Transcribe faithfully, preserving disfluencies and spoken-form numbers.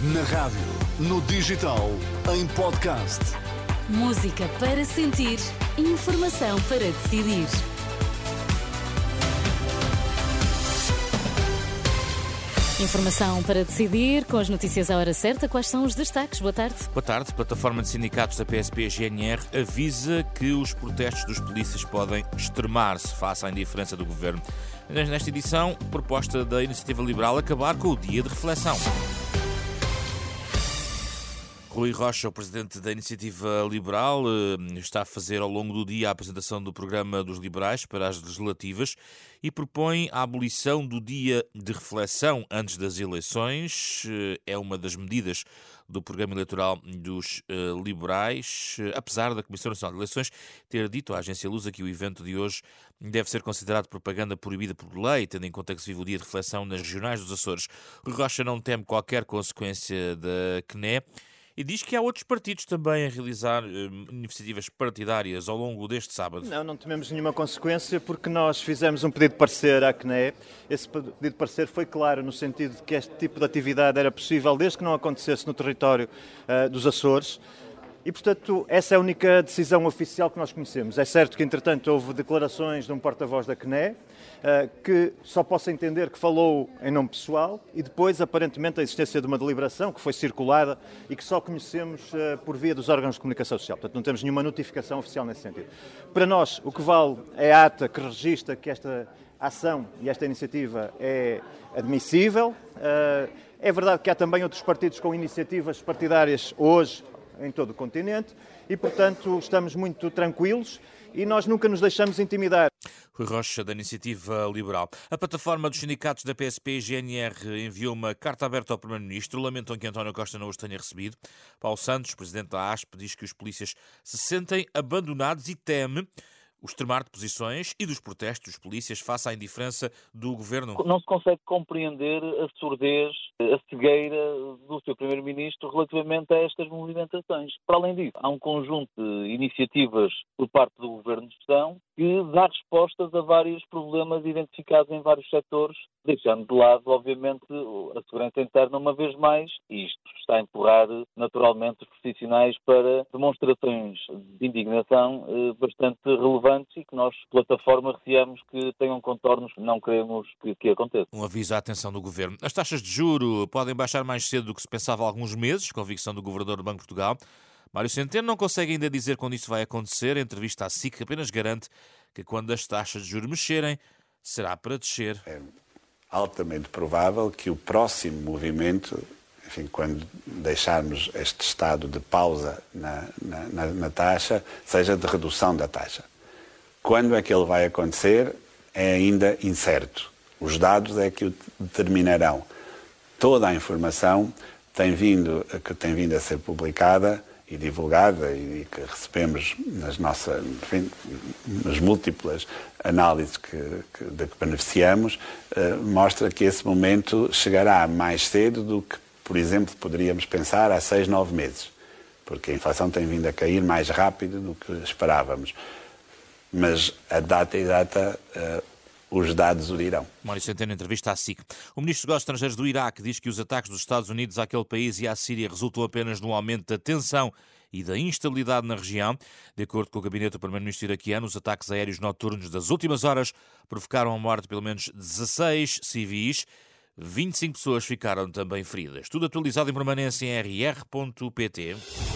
Na rádio, no digital, em podcast. Música para sentir, informação para decidir. Informação para decidir, com as notícias à hora certa. Quais são os destaques? Boa tarde. Boa tarde. A plataforma de sindicatos da P S P-G N R avisa que os protestos dos polícias podem extremar-se face à indiferença do governo. Nesta edição, proposta da Iniciativa Liberal acabar com o dia de reflexão. Rui Rocha, o presidente da Iniciativa Liberal, está a fazer ao longo do dia a apresentação do programa dos liberais para as legislativas e propõe a abolição do dia de reflexão antes das eleições. É uma das medidas do programa eleitoral dos liberais, apesar da Comissão Nacional de Eleições ter dito à agência Lusa que o evento de hoje deve ser considerado propaganda proibida por lei, tendo em conta que se vive o dia de reflexão nas regionais dos Açores. Rui Rocha não teme qualquer consequência da C N E e diz que há outros partidos também a realizar uh, iniciativas partidárias ao longo deste sábado. Não, não tememos nenhuma consequência porque nós fizemos um pedido de parecer à C N E. Esse pedido de parecer foi claro no sentido de que este tipo de atividade era possível desde que não acontecesse no território uh, dos Açores. E, portanto, essa é a única decisão oficial que nós conhecemos. É certo que, entretanto, houve declarações de um porta-voz da C N E, que só possa entender que falou em nome pessoal, e depois, aparentemente, a existência de uma deliberação que foi circulada e que só conhecemos por via dos órgãos de comunicação social. Portanto, não temos nenhuma notificação oficial nesse sentido. Para nós, o que vale é a ata que registra que esta ação e esta iniciativa é admissível. É verdade que há também outros partidos com iniciativas partidárias hoje em todo o continente e, portanto, estamos muito tranquilos e nós nunca nos deixamos intimidar. Rui Rocha, da Iniciativa Liberal. A plataforma dos sindicatos da P S P-G N R enviou uma carta aberta ao Primeiro-Ministro. Lamentam que António Costa não os tenha recebido. Paulo Santos, presidente da A S P, diz que os polícias se sentem abandonados e teme o extremar de posições e dos protestos dos polícias face à indiferença do governo. Não se consegue compreender a surdez, a cegueira do seu Primeiro-Ministro relativamente a estas movimentações. Para além disso, há um conjunto de iniciativas por parte do Governo de Gestão que dá respostas a vários problemas identificados em vários setores, deixando de lado, obviamente, a segurança interna uma vez mais, e isto está a empurrar naturalmente os profissionais para demonstrações de indignação eh, bastante relevantes e que nós, plataforma, receamos que tenham contornos que não queremos que, que aconteça. Um aviso à atenção do Governo. As taxas de juro podem baixar mais cedo do que se pensava há alguns meses, convicção do Governador do Banco de Portugal. Mário Centeno não consegue ainda dizer quando isso vai acontecer. Em entrevista à S I C, apenas garante que quando as taxas de juros mexerem, será para descer. É altamente provável que o próximo movimento, enfim, quando deixarmos este estado de pausa na, na, na, na taxa, seja de redução da taxa. Quando é que ele vai acontecer é ainda incerto. Os dados é que o determinarão. Toda a informação tem vindo, que tem vindo a ser publicada e divulgada e que recebemos nas nossas, enfim, nas múltiplas análises que, que, de que beneficiamos, eh, mostra que esse momento chegará mais cedo do que, por exemplo, poderíamos pensar há seis, nove meses, porque a inflação tem vindo a cair mais rápido do que esperávamos. Mas a data exata, uh, os dados o dirão. Mário Centeno, entrevista à S I C. O ministro dos Estrangeiros do Iraque diz que os ataques dos Estados Unidos àquele país e à Síria resultam apenas num aumento da tensão e da instabilidade na região. De acordo com o gabinete do primeiro-ministro iraquiano, os ataques aéreos noturnos das últimas horas provocaram a morte de pelo menos dezasseis civis. vinte e cinco pessoas ficaram também feridas. Tudo atualizado em permanência em r r ponto p t.